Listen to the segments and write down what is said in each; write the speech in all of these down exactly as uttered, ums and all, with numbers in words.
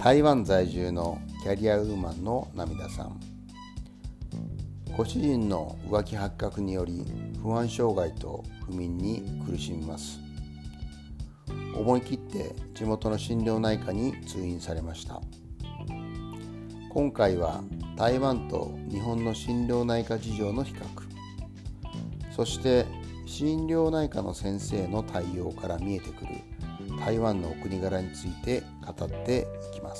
台湾在住のキャリアウーマンの涙さん。ご主人の浮気発覚により不安障害と不眠に苦しみます。思い切って地元の心療内科に通院されました。今回は台湾と日本の心療内科事情の比較、そして心療内科の先生の対応から見えてくる台湾のお国柄について語っていきます。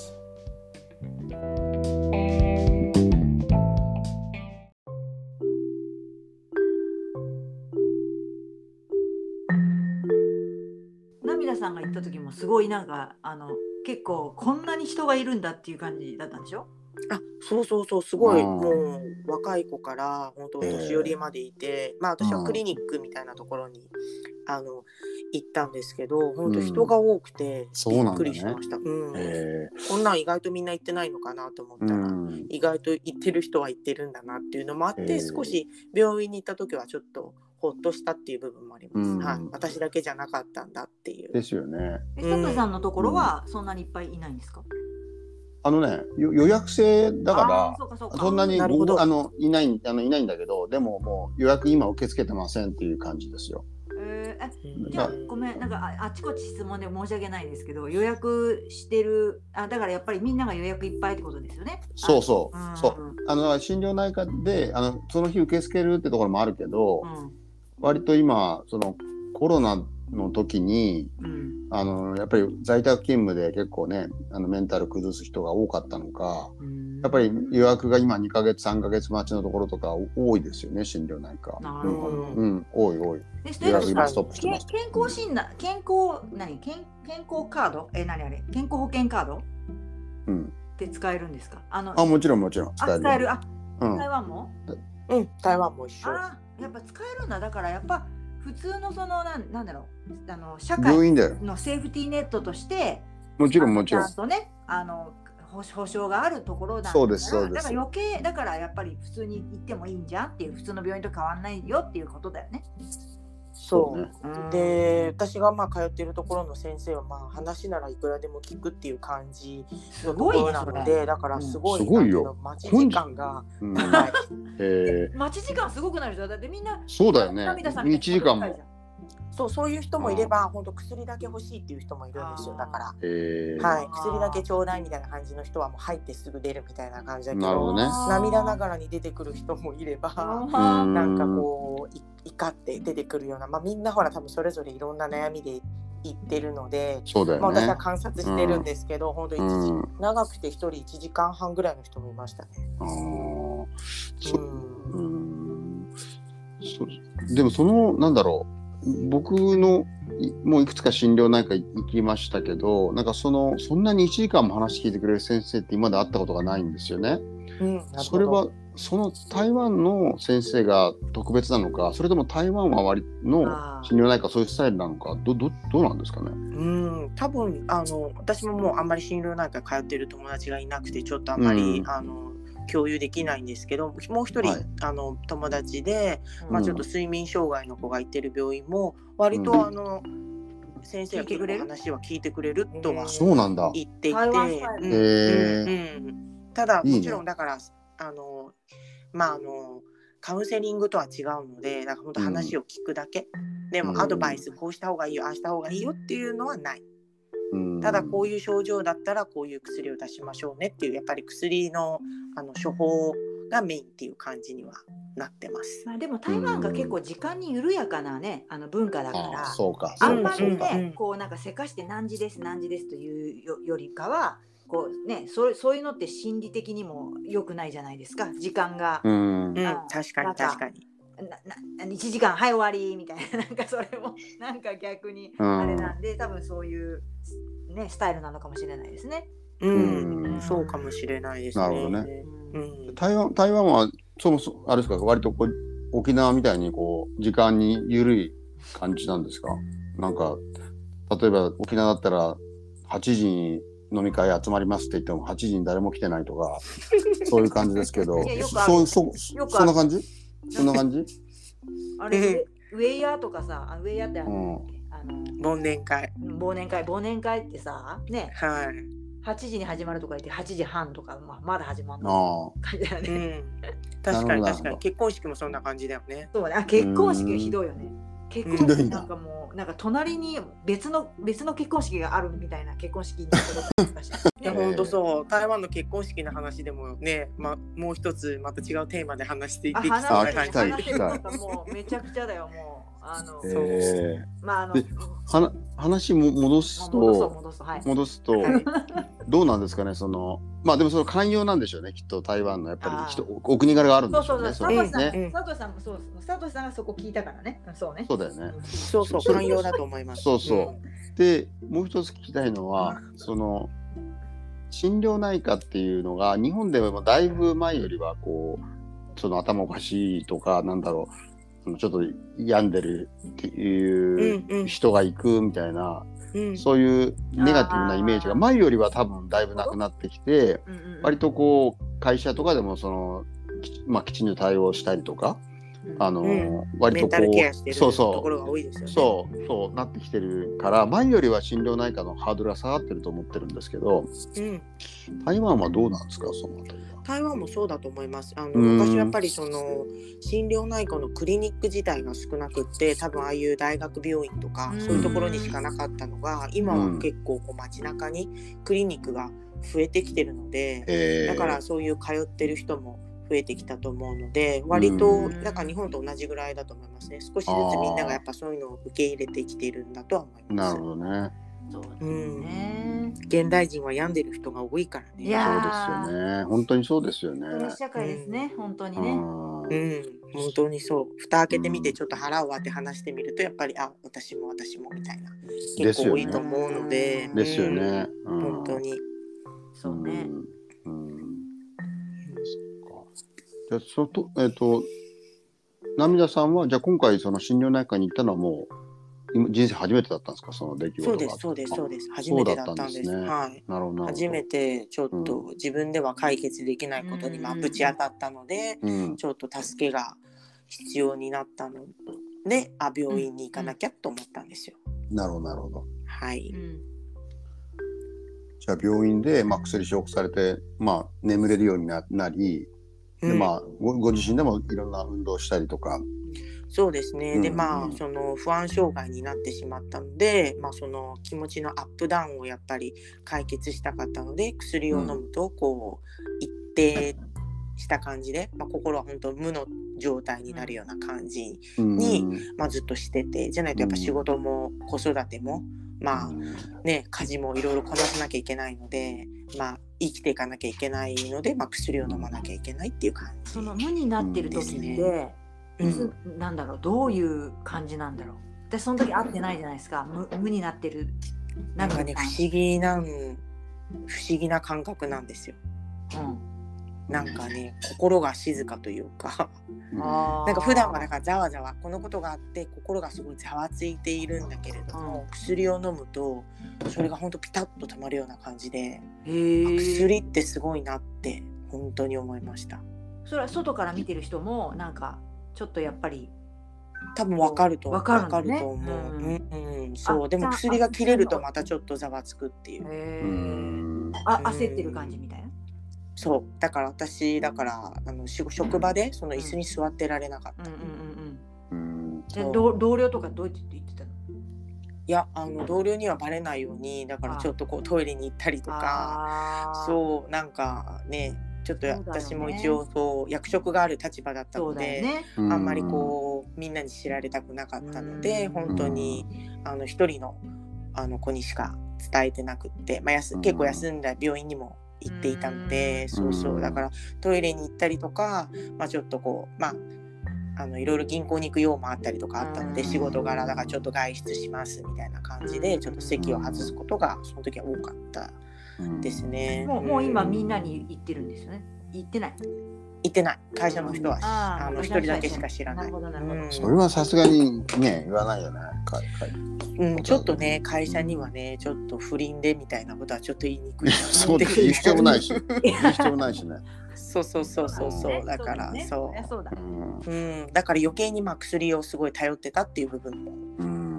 涙さんが行った時もすごいなんかあの結構こんなに人がいるんだっていう感じだったんでしょ？ あ、そうそうそう、すごいもう若い子から本当年寄りまでいて、えー、まあ私はクリニックみたいなところに、うん、あの行ったんですけど、本当人が多くてびっくりしました。うん、えー、こんなん意外とみんな行ってないのかなと思ったら、うん、意外と行ってる人は行ってるんだなっていうのもあって、えー、少し病院に行った時はちょっとほっとしたっていう部分もあります、うん、はい、私だけじゃなかったんだっていう。 ですよね。 え、佐藤さんのところはそんなにいっぱいいないんですか？ あのね、予約制だから そ, そんなにあのいないあのいないんだけど、でももう予約今受け付けてませんっていう感じですよ。 えー、じゃあごめん、なんか あ, あちこち質問で申し訳ないんですけど、予約してる、あ、だからやっぱりみんなが予約いっぱいってことですよね。 そうそう、うん、そうあの心療内科であのその日受け付けるってところもあるけど、うん、割と今そのコロナの時に、うん、あのやっぱり在宅勤務で結構ねあのメンタル崩す人が多かったのか、うん、やっぱり予約が今にかげつさんかげつ待ちのところとか多いですよね、心療内科。 なるほど、 うん、多い多い。 予約今ストップしてます。健康診断、健康何健健康カード、え何あれ健康保険カード、うん、って使えるんですか？あのあもちろんもちろん使える。 あ使える。あ、うん、台湾も？ うん台湾も一緒。 あやっぱ使えるんだ。だからやっぱ普通のそのなん、なんだろう、あの社会のセーフティーネットとしてもちろんもちろんちゃんとねあの保証があるところなんだから、 そうですそうです。 だから余計だからやっぱり普通に行ってもいいんじゃんっていう、普通の病院と変わんないよっていうことだよね。 そう、ね、で私がまあ通っているところの先生はまあ話ならいくらでも聞くっていう感じのところなので、ね、だからすごい、うん、すごいよ。待ち時間が長い、 うん、待ち時間すごくなる人だってみんなそうだよね。いちじかんもそう、そういう人もいれば本当薬だけ欲しいっていう人もいるんですよ。だから、はい、薬だけちょうだいみたいな感じの人はもう入ってすぐ出るみたいな感じだけど、 なるほどね、 涙ながらに出てくる人もいれば、なんかこう怒って出てくるような、まあ、みんなほら多分それぞれいろんな悩みで言ってるので、 そうだよね、 まあ、私は観察してるんですけど、うん、本当にいちじ長くてひとりいちじかんはんぐらいの人もいましたね。あーそうんそでもそのなんだろう、僕のもういくつか心療内科行きましたけど、なんかそのそんなにいちじかんも話聞いてくれる先生って今まで会ったことがないんですよね。うん、それはその台湾の先生が特別なのか、それとも台湾は割の心療内科そういうスタイルなのか、どどどうなんですかね。 うん、多分あの私ももうあんまり心療内科通ってる友達がいなくてちょっとあんまり、うん、あの共有できないんですけど、もう一人、はい、あの友達で、まあ、ちょっと睡眠障害の子が行ってる病院も割と、うん、あの先生が結構話は聞いてくれるとは言っていて、ただもちろんだからいい、ね、あのまああのカウンセリングとは違うので、だから本当話を聞くだけ、うん、でもアドバイスこうした方がいいよああした方がいいよっていうのはない。ただこういう症状だったらこういう薬を出しましょうねっていう、やっぱり薬 の, あの処方がメインっていう感じにはなってます。 まあ、でも台湾が結構時間に緩やかなね、あの文化だから、 あ, そうかあんまりね、うん、こうなんかせかして何時です何時ですという よ, よりかはこう、ね、そ, そういうのって心理的にも良くないじゃないですか、時間が。 うんうん、確かに確かに。 なないちじかんはい終わりみたいな、なんかそれもなんか逆にあれなんで、うん、多分そういう、ね、スタイルなのかもしれないですね。 うん、うん、そうかもしれないですね。 なるほどね。うん、台湾、台湾はそもそもあれですか、割とこう沖縄みたいにこう時間に緩い感じなんですか。なんか例えば沖縄だったらはちじに飲み会集まりますって言ってもはちじに誰も来てないとかそういう感じですけど、そ, そ, そんな感じそんな感じあれウェイヤーとかさ、ウェイヤーってあの、 うん、あの忘年会忘年会忘年会ってさね、 はい、 はちじに始まるとか言ってはちじはんとか、まあ、まだ始まるあの感じだよね。 うん、確かになるほど確かに結婚式もそんな感じだよね。 そうね、あ結婚式はひどいよね。結婚ひどいんだ式なんかもうなんか隣に別の別の結婚式があるみたいな結婚式になってるかしら。 いや本当そう台湾の結婚式の話でもね、ま、もう一つまた違うテーマで話していきそうあ話な聞せきたい感じ。 話せるなんかもうめちゃくちゃだよもうあの、 えまああのでー、は話も戻す戻そうと戻そうはい。 戻すとはいどうなんですかね、そのまあでもその寛容なんでしょうね、きっと台湾のやっぱあーり人お国柄があるんそうでしょね。 そううそう、 れ佐藤さん、 ね。 うん佐藤さんもそうです。佐藤さんがそこ聞いたからね。うんそうね。 そうだよね。 そうそうそう寛容だと思います。 そうそうでもう一つ聞きたいのは、その心療内科っていうのが日本でもだいぶ前よりはこうその頭おかしいとかなんだろうちょっと病んでるっていう人が行くみたいな、 うんうん、 そういうネガティブなイメージが前よりは多分だいぶなくなってきて、 うんうんうん割とこう会社とかでもそのき,、まあ、きちんと対応したりとか、あのうん割とこメンタルケアしてうるそうそところが多いですようね。 そうそうなってきてるから前よりは心療内科のハードルが下がってると思ってるんですけど、 うん台湾はどうなんですかそのあたりは。 台湾もそうだと思います。あのうん昔やっぱりその心療内科のクリニック自体が少なくって多分ああいう大学病院とかうんそういうところにしかなかったのが今は結構こう街中にクリニックが増えてきてるので、 えー、 だからそういう通ってる人も増えてきたと思うので割とうんだから日本と同じぐらいだと思いますね。少しずつみんながやっぱそういうのを受け入れてきているんだとは思います。 なるほどね。 そうですね。 現代人は病んでる人が多いからね。 いやそうですよね。本当にそうですよね。 そういう社会ですね。本当にね。 うんうん、本当にそう。蓋開けてみてちょっと腹を割って話してみるとやっぱりあ私も私もみたいな結構多いと思うので。 ですよね。 うんうん本当に。 そうね。 うんうんそっか。じゃあそとえっ、と涙さんはじゃあ今回その心療内科に行ったのはもう今人生初めてだったんですかその出来事が。 そうですそうですそうです。初めてだったんです。 そうだったんですねはい。 なるほどなるほど。 初めてちょっと自分では解決できないことにまあぶち当たったので、 うんちょっと助けが必要になったので、あ病院に行かなきゃと思ったんですよ。 なるほどなるほど。 はい。 うんじゃあ病院で、まあ、薬処方されて、まあ、眠れるように な, なりで、 うんまあ、ご, ご自身でもいろんな運動したりとか。 そうですね。 うんでまあうんその不安障害になってしまったので、まあその気持ちのアップダウンをやっぱり解決したかったので薬を飲むとこう一定した感じで、まあ、心は本当無の状態になるような感じ、にうんまあ、ずっとしててじゃないとやっぱ仕事も子育てもまあね家事もいろいろこなさなきゃいけないので、まあ生きていかなきゃいけないので、まあ、薬を飲まなきゃいけないっていう感じ。 その無になってる時って、 うんいつなんだろうどういう感じなんだろう。私その時会ってないじゃないですか。無無になってるなんかね不思議なん不思議な感覚なんですよ。 うん、 なんかね心が静かというかあーなんか普段はなんかざわざわこのことがあって心がすごいざわついているんだけれども、 うん薬を飲むとそれがほんとピタッと止まるような感じで、 へー薬ってすごいなって本当に思いました。 それは外から見てる人もなんかちょっとやっぱり多分わかるとわかるのねわかると思う、 うんうんうん、そうあでもじゃあ薬が切れるとまたちょっとざわつくっていう。 へうーんあ焦ってる感じみたいな。 そうだから私だからあのし職場でその椅子に座ってられなかった、 うんうんうんうんうん。でそう同同僚とかどうやって言ってたの？ いやあの同僚にはバレないようにだからちょっとこうトイレに行ったりとかあーそうなんかねちょっとやそうだよね私も一応そう役職がある立場だったそうので、 だよね。 あんまりこうみんなに知られたくなかったので、 うん本当にあの一人のあの子にしか伝えてなくって、まあ、やす結構休んだ病院にも行っていたので、 うんそうそうだからトイレに行ったりとか、まあ、ちょっとこうまああのいろいろ銀行に行く用もあったりとかあったので、 うん仕事柄だからちょっと外出しますみたいな感じでちょっと席を外すことがその時は多かったですね。 もうもう今んみんなに言ってるんですよね。言ってない。 行ってない会社の人はあーあの一人だけしか知らない。 なるほどなるほどうんそれはさすがにね言わないよね。かかうん、ちょっとね会社にはねちょっと不倫でみたいなことはちょっと言いにくいなそうです言う必要もないし言う必要もないしね。 そうそうそうそうそうねだからねそりゃそうだう。んう、うん、だから余計にまあ薬をすごい頼ってたっていう部分もうんあ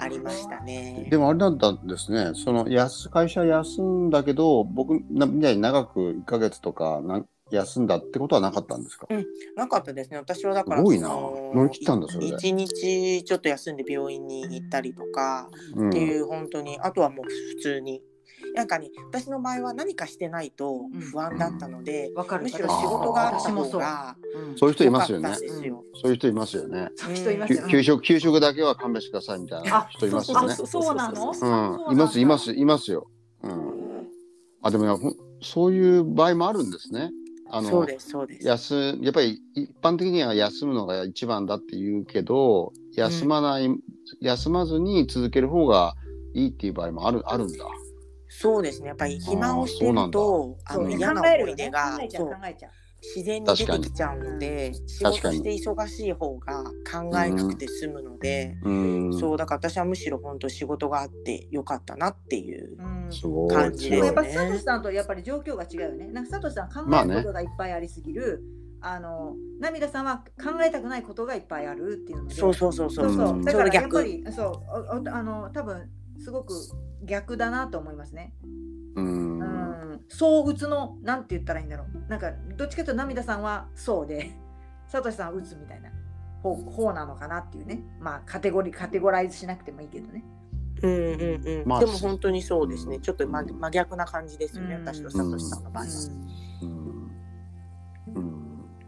ありましたね。 でもあれだったんですね。その休会社休んだけど、僕みたいに長くいっかげつとかな休んだってことはなかったんですか？ うん、なかったですね。私はだからすごいな。 その乗り切ったんだそれで。 一日ちょっと休んで病院に行ったりとかうんっていう、本当にあとはもう普通になんかね、私の場合は何かしてないと不安だったので、 わかる。 むしろ仕事があった方私がうんそういう人いますよね良かったんですよ。 そういう人いますよね。 そういう人いますよ。 きゅ給食給食だけは勘弁してくださいみたいな人いますよね。 あ、そうなの？ うん、いますいますいますよ。うん。あ、でもやほんそういう場合もあるんですね。あのそうですそうです。 休やっぱり一般的には休むのが一番だって言うけど、休まない、うん、休まずに続ける方がいいっていう場合もあるあるんだ。 そうですね。やっぱり暇をしてると、あの嫌な思い出がそう自然に出てきちゃうので、仕事して忙しい方が考えなくて済むので、うん、そうだから私はむしろ本当仕事があってよかったなっていう感じですね。 やっぱサトシさんとやっぱり状況が違うよね。なんかサトシさん考えることがいっぱいありすぎる。まあね、あの涙さんは考えたくないことがいっぱいあるっていうので、 そうそうそうそう。 そうそうだからやっぱりそうあの多分すごく逆だなと思いますね。うん、うん、そう打つのなんて言ったらいいんだろう。なんかどっちかというと涙さんはそうで、サトシさんは打つみたいな方, 方なのかなっていうね。まあカテゴリーカテゴライズしなくてもいいけどね。 うんうんうん。まあ、でも本当にそうですね。ちょっと真、真逆な感じですよね。うん、私とサトシさんの場合は。うんうんうん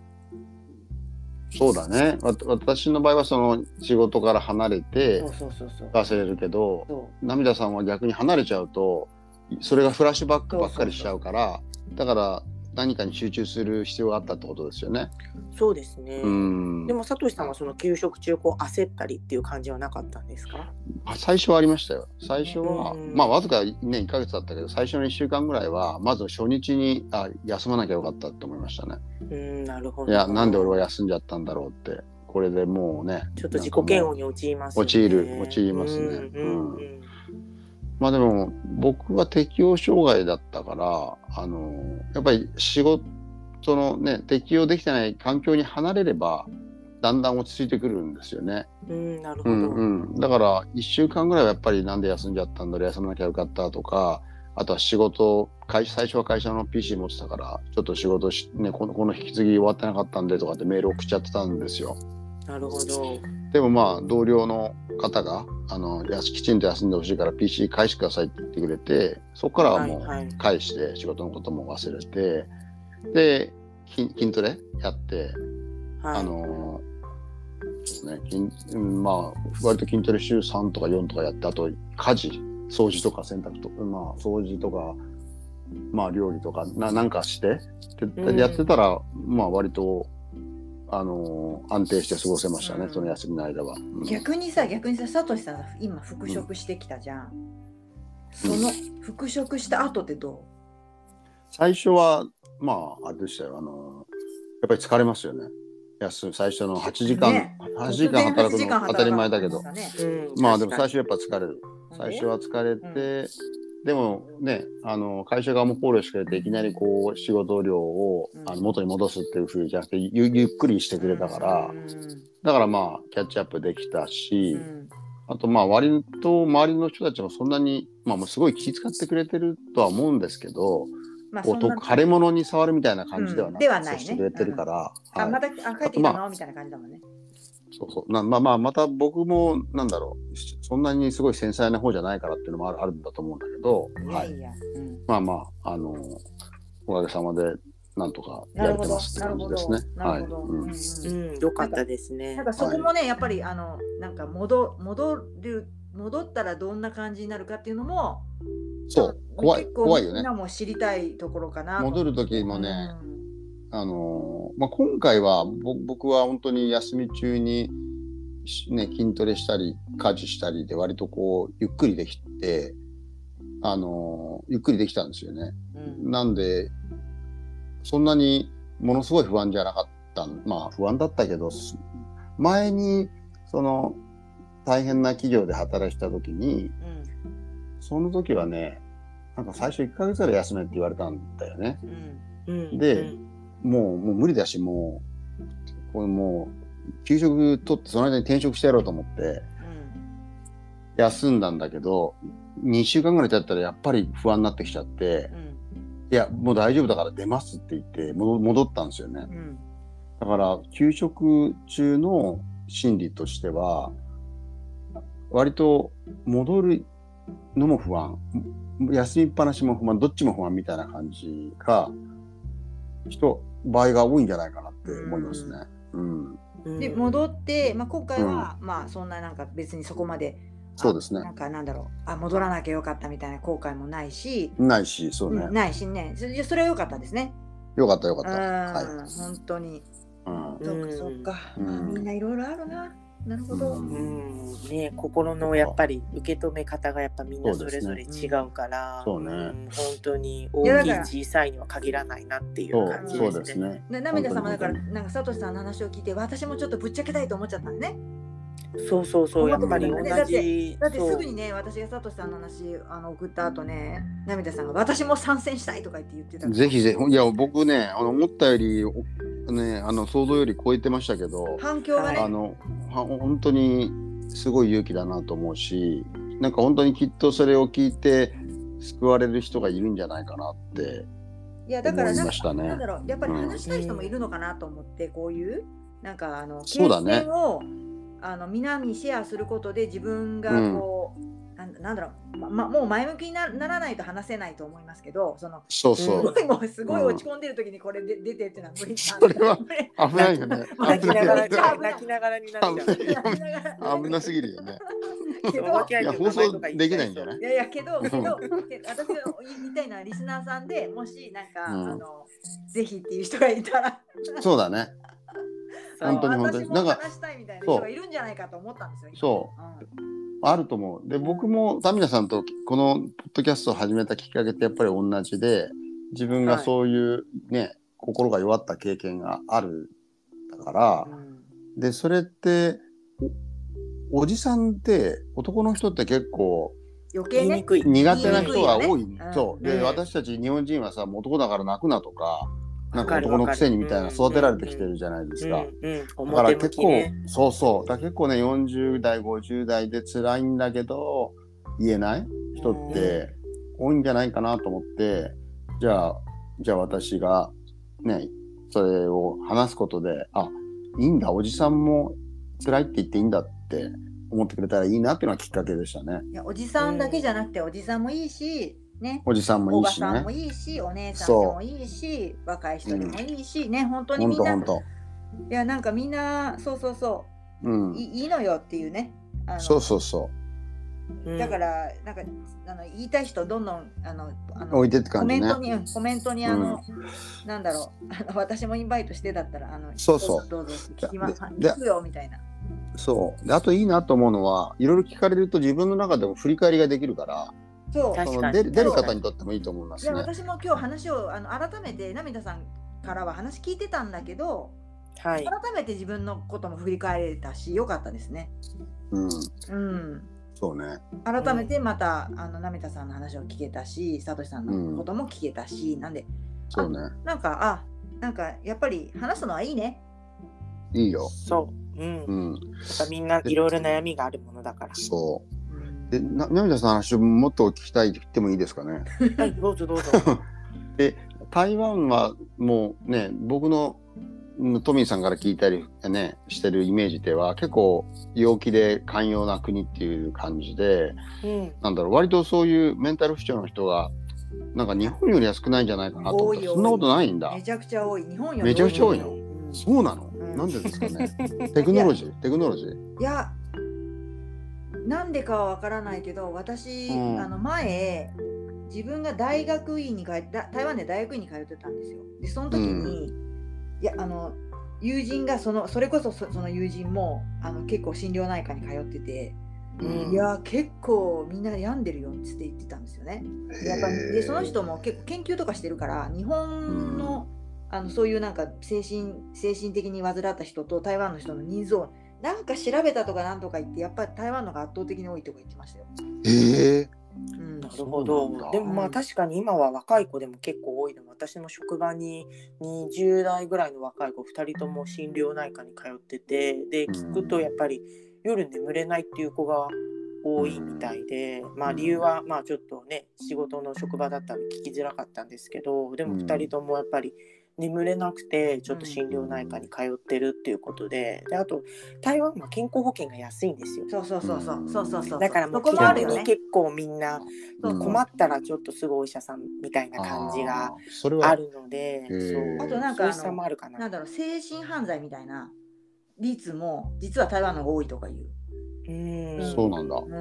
そうだね。私の場合はその仕事から離れて忘れるけど、涙さんは逆に離れちゃうとそれがフラッシュバックばっかりしちゃうから、だから何かに集中する必要があったってことですよね。 そうですね。うんでもサトシさんはその休職中こう焦ったりっていう感じはなかったんですか？ 最初はありましたよ。最初はまあわずかねいっかげつだったけど、最初のいっしゅうかんぐらいはまず初日にあ休まなきゃよかったって思いましたね。 うんなるほど。 いやなんで俺は休んじゃったんだろうって。これでもうねちょっと自己嫌悪に陥りますね。 陥る陥りますね。うんうんうんまあでも僕は適応障害だったからあのやっぱり仕事のね適応できてない環境に離れればだんだん落ち着いてくるんですよね。 うんなるほど、 うんうん、だからいっしゅうかんぐらいはやっぱりなんで休んじゃったんだろう休まなきゃよかったとかあとは仕事会最初は会社の ピーシー 持ってたからちょっと仕事し、ね、この、この引き継ぎ終わってなかったんでとかってメール送っちゃってたんですよ。 なるほど。 でもまあ同僚の方があのきちんと休んでほしいから ピーシー 返してくださいって言ってくれてそこからはもう返して仕事のことも忘れて、はいはい、で筋トレやって、はい、あのそうね筋まあ割と筋トレ週さんとかよんとかやってあと家事掃除とか洗濯とかまあ掃除とかまあ料理とか な, なんかしてでやってたら、うん、まあ割とあのー、安定して過ごせましたね、うん、その休みの間は、 うん、逆にさ逆にさサトシさん今復職してきたじゃん、うん、その復職した後ってどう？ 最初はまああれでしたよあのー、やっぱり疲れますよね休最初のはちじかん、ね、はちじかん働くの当たり前だけど、ねうん、まあでも最初やっぱ疲れる最初は疲れて、うんでもね、あの会社側も考慮してくれていきなりこう仕事量を、うん、あの元に戻すっていう風じゃなくて ゆ, ゆっくりしてくれたから、うん、だからまあキャッチアップできたし、うん、あとまあ割と周りの人たちもそんなにまあもうすごい気遣ってくれてるとは思うんですけど、まあ、こう腫れ物に触るみたいな感じではなくて、うん、してくれてるから、 うんはい、あまたあ帰ってきたの、まあ、みたいな感じだもんね。 そうそうなまあまあまた僕もなんだろうそんなにすごい繊細な方じゃないからっていうのもある、あるんだと思うんだけど、はい、いやいや、うん、まあまああのおかげさまでなんとかやれてますって感じですね。 はい、うんうん、よかったですね。 なんかそこもね、はい、やっぱりあのなんか戻戻る戻ったらどんな感じになるかっていうのもそう怖い怖いよね。 みんなも知りたいところかな。 戻る時もね。うんあのまあ、今回は僕は本当に休み中に、ね、筋トレしたり家事したりで割とこうゆっくりできて、あのゆっくりできたんですよね、うん、なんでそんなにものすごい不安じゃなかったまあ不安だったけど前にその大変な企業で働いてた時に、うん、その時はねなんか最初いっかげつぐらい休めって言われたんだよね、うん、で、うんもう、もう無理だし、もう、これもう、休職取ってその間に転職してやろうと思って、 休んだんだけどにしゅうかんぐらい経ったらやっぱり不安になってきちゃって、うん、いやもう大丈夫だから出ますって言って戻ったんですよね、うん、だから休職中の心理としては割と戻るのも不安、休みっぱなしも不安、どっちも不安みたいな感じが人場合が多いんじゃないかなって思いますね、うんうん、で戻って、まあ、今回は、うん、まあそんななんか別にそこまでそうですね。 なんかなんだろう、あ戻らなきゃよかったみたいな後悔もないし、 ないし、そうね。 ないしね、それ、それは良かったですね。 よかったよかった。 はい。本当に。うん、そっかそっか。うん、みんないろいろあるな。なるほど。 うん、ね、心のやっぱり受け止め方がやっぱみんなそれぞれ違うから、 そうね。 うん、本当に大きい小さいには限らないなっていう感じですね。 そうですね。 で、涙様だからなんかサトシさんの話を聞いて、私もちょっとぶっちゃけたいと思っちゃったんね。 そうそうそう、やっぱり同じ、 だって、だってすぐにね、私がサトシさんの話あの送った後ね、涙さんが私も参戦したいとか言って言ってた。 ぜひぜひ、いや僕ね、あの思ったよりね、あの想像より超えてましたけど、 反響がね、 あの本当にすごい勇気だなと思うし、なんか本当にきっとそれを聞いて救われる人がいるんじゃないかなって思いましたね。 なんだろう、やっぱり話したい人もいるのかなと思って、うん、こういうなんかあの経験をあのみんなにシェアすることで自分がこう、うんな, なんだろう、まま、もう前向きに な, ならないと話せないと思いますけど、そのそうそうすごいもうすごい落ち込んでる時にこれで、うん、出てっていうのは無理それは危ないよね。 泣きながら泣きながらになっちゃう。危なすぎるよね。 けどいや放送できないんじゃない？ いやいやけどけど私が言いたいのはリスナーさんでもしなんか、うん、あのぜひっていう人がいたらそうだね。本当に本当になんか話したいみたいな人がいるんじゃないかと思ったんですよ。 そう、うん、あると思う。で僕もタミナさんとこのポッドキャストを始めたきっかけってやっぱり同じで、自分がそういうね、はい、心が弱った経験があるだから、うん、でそれってお, おじさんって男の人って結構余計ね苦手な人が多い、ね、そうで、うん、私たち日本人はさ男だから泣くなとかなんか男のくせにみたいな育てられてきてるじゃないですか、うんうんうん、だから結構、ね、そうそうだから結構ねよんじゅう代ごじゅう代で辛いんだけど言えない人って多いんじゃないかなと思って、じゃあじゃあ私がねそれを話すことで、あいいんだおじさんも辛いって言っていいんだって思ってくれたらいいなっていうのがきっかけでしたね。 いやおじさんだけじゃなくて、うん、おじさんもいいしね、 おじさんもいいしね、 おばさんもいいし、お姉さんでもいいし、若い人でもいいし、うん、ね、本当にみんな、いやなんかみんなそうそうそう、うん、い, いいのよっていうね。 あのそうそうそう。 だからなんかあの言いたい人どんどんあのあの置いてって感じね。 コメントに、うん、コメントにあの、うん、なんだろうあの私もインバイトしてだったらあのそうそうどうぞ聞きます聞くよみたいな。 そうであといいなと思うのはいろいろ聞かれると自分の中でも振り返りができるから。 そうその出る、出る方にとってもいいと思いますね。 いや私も今日話をあの改めて涙さんからは話聞いてたんだけど、はい、改めて自分のことも振り返れたしよかったですね。 うん、 うん、 そうね。 改めてまた、うん、あの涙さんの話を聞けたし、さとしさんのことも聞けたし、うん、なんで、 そうね。 なんかあなんかやっぱり話すのはいいね。 いいよ。 そう。うん。うん、やっぱみんないろいろ悩みがあるものだから。 そう。でな涙さんの話をもっと聞きたいって言ってもいいですかね。 はい、どうぞどうぞ。 で台湾はもうね僕のトミーさんから聞いたりねしてるイメージでは結構陽気で寛容な国っていう感じで、うん、なんだろう割とそういうメンタル不調の人がなんか日本よりは少ないんじゃないかなと思って、そんなことないんだ。 めちゃくちゃ多い。日本よりめちゃくちゃ多いの。うん、そうなの、うん、なんでですかね。テクノロジーテクノロジーいやなんでかはわからないけど私、うん、あの前自分が大学院に通って台湾で大学院に通ってたんですよ。でその時に、うん、いやあの友人がそのそれこそ そ, その友人もあの結構心療内科に通ってて、うん、いや結構みんな病んでるよって言ってたんですよね。やっぱでその人も結構研究とかしてるから日本の、うん、あのそういうなんか精神精神的に患った人と台湾の人の人数をなんか調べたとかなんとか言ってやっぱり台湾のが圧倒的に多いとか言ってましたよ。 へえ、 うん、なるほど。でもまあ確かに今は若い子でも結構多いの。私の職場ににじゅう代ぐらいの若い子ふたりとも心療内科に通ってて、で聞くとやっぱり夜眠れないっていう子が多いみたいで、まあ理由はまあちょっとね仕事の職場だったので聞きづらかったんですけど、でもふたりともやっぱり眠れなくてちょっと心療内科に通ってるっていうことで、であと台湾は健康保険が安いんですよ。 そうそうそうそうそうそうそう。 だからもう気軽に結構みんな困ったらちょっとすぐお医者さんみたいな感じがあるので、 あとなんかあのなんだろう、精神犯罪みたいな率も実は台湾の方が多いとかいう。 うん、そうなんだ。 うん、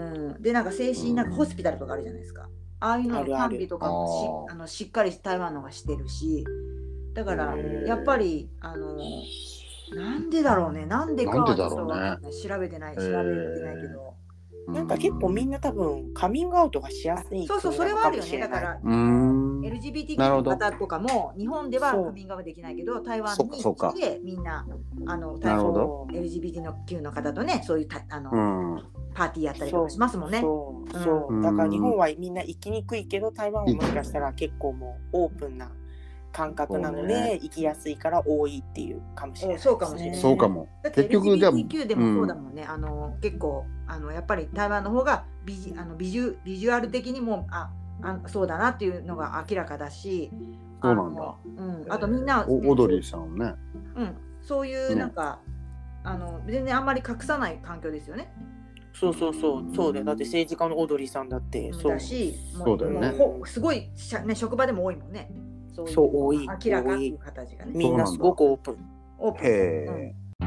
でなんか精神なんかホスピタルとかあるじゃないですか。ああいうのの管理とかも し, ああのしっかり台湾のがしてるし、だからやっぱりあのなんでだろうね、なんでかはちょっとわかんない、ね、調べてない調べてないけど、 なんか結構みんな多分カミングアウトがしやすい。 そうそう、それはあるよね。だから エルジービーティーキュー の方とかも日本ではカミングアウトできないけど、台湾に来てみんなあの台湾 エルジービーティーキュー の方とね、そういうたあの、うん、パーティーやったりとかしますもんね。 そうそうそう、うん、だから日本はみんな行きにくいけど、台湾はもしかしたら結構もうオープンな感覚なので、ね、行きやすいから多いっていうかもしれないですね。 そうかもしれない。 そうかも。 だって エルジービーティーキュー でもそうだもんね。うん、あの結構あのやっぱり台湾の方がビジあのビジュビジュアル的にもああそうだなっていうのが明らかだし、 そうなんだ。 うん、あとみんな、ね、 オードリーさんね。 うん、そういうなんか、ね、あの全然あんまり隠さない環境ですよね。 そうそうそうそうで、だって政治家のオードリーさんだってそうだし、 そうだよね。 すごいね、職場でも多いもんね。 そういうそう多い明らかっていう形がね。 みんなすごくオープン。 オープン。 へー、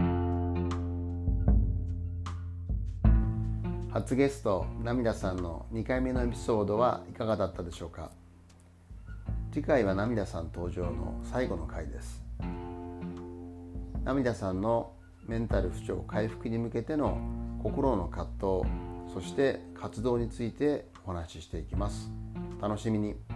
うん、初ゲスト涙さんのにかいめのエピソードはいかがだったでしょうか。次回は涙さん登場の最後の回です。涙さんのメンタル不調回復に向けての心の葛藤、そして活動についてお話ししていきます。楽しみに。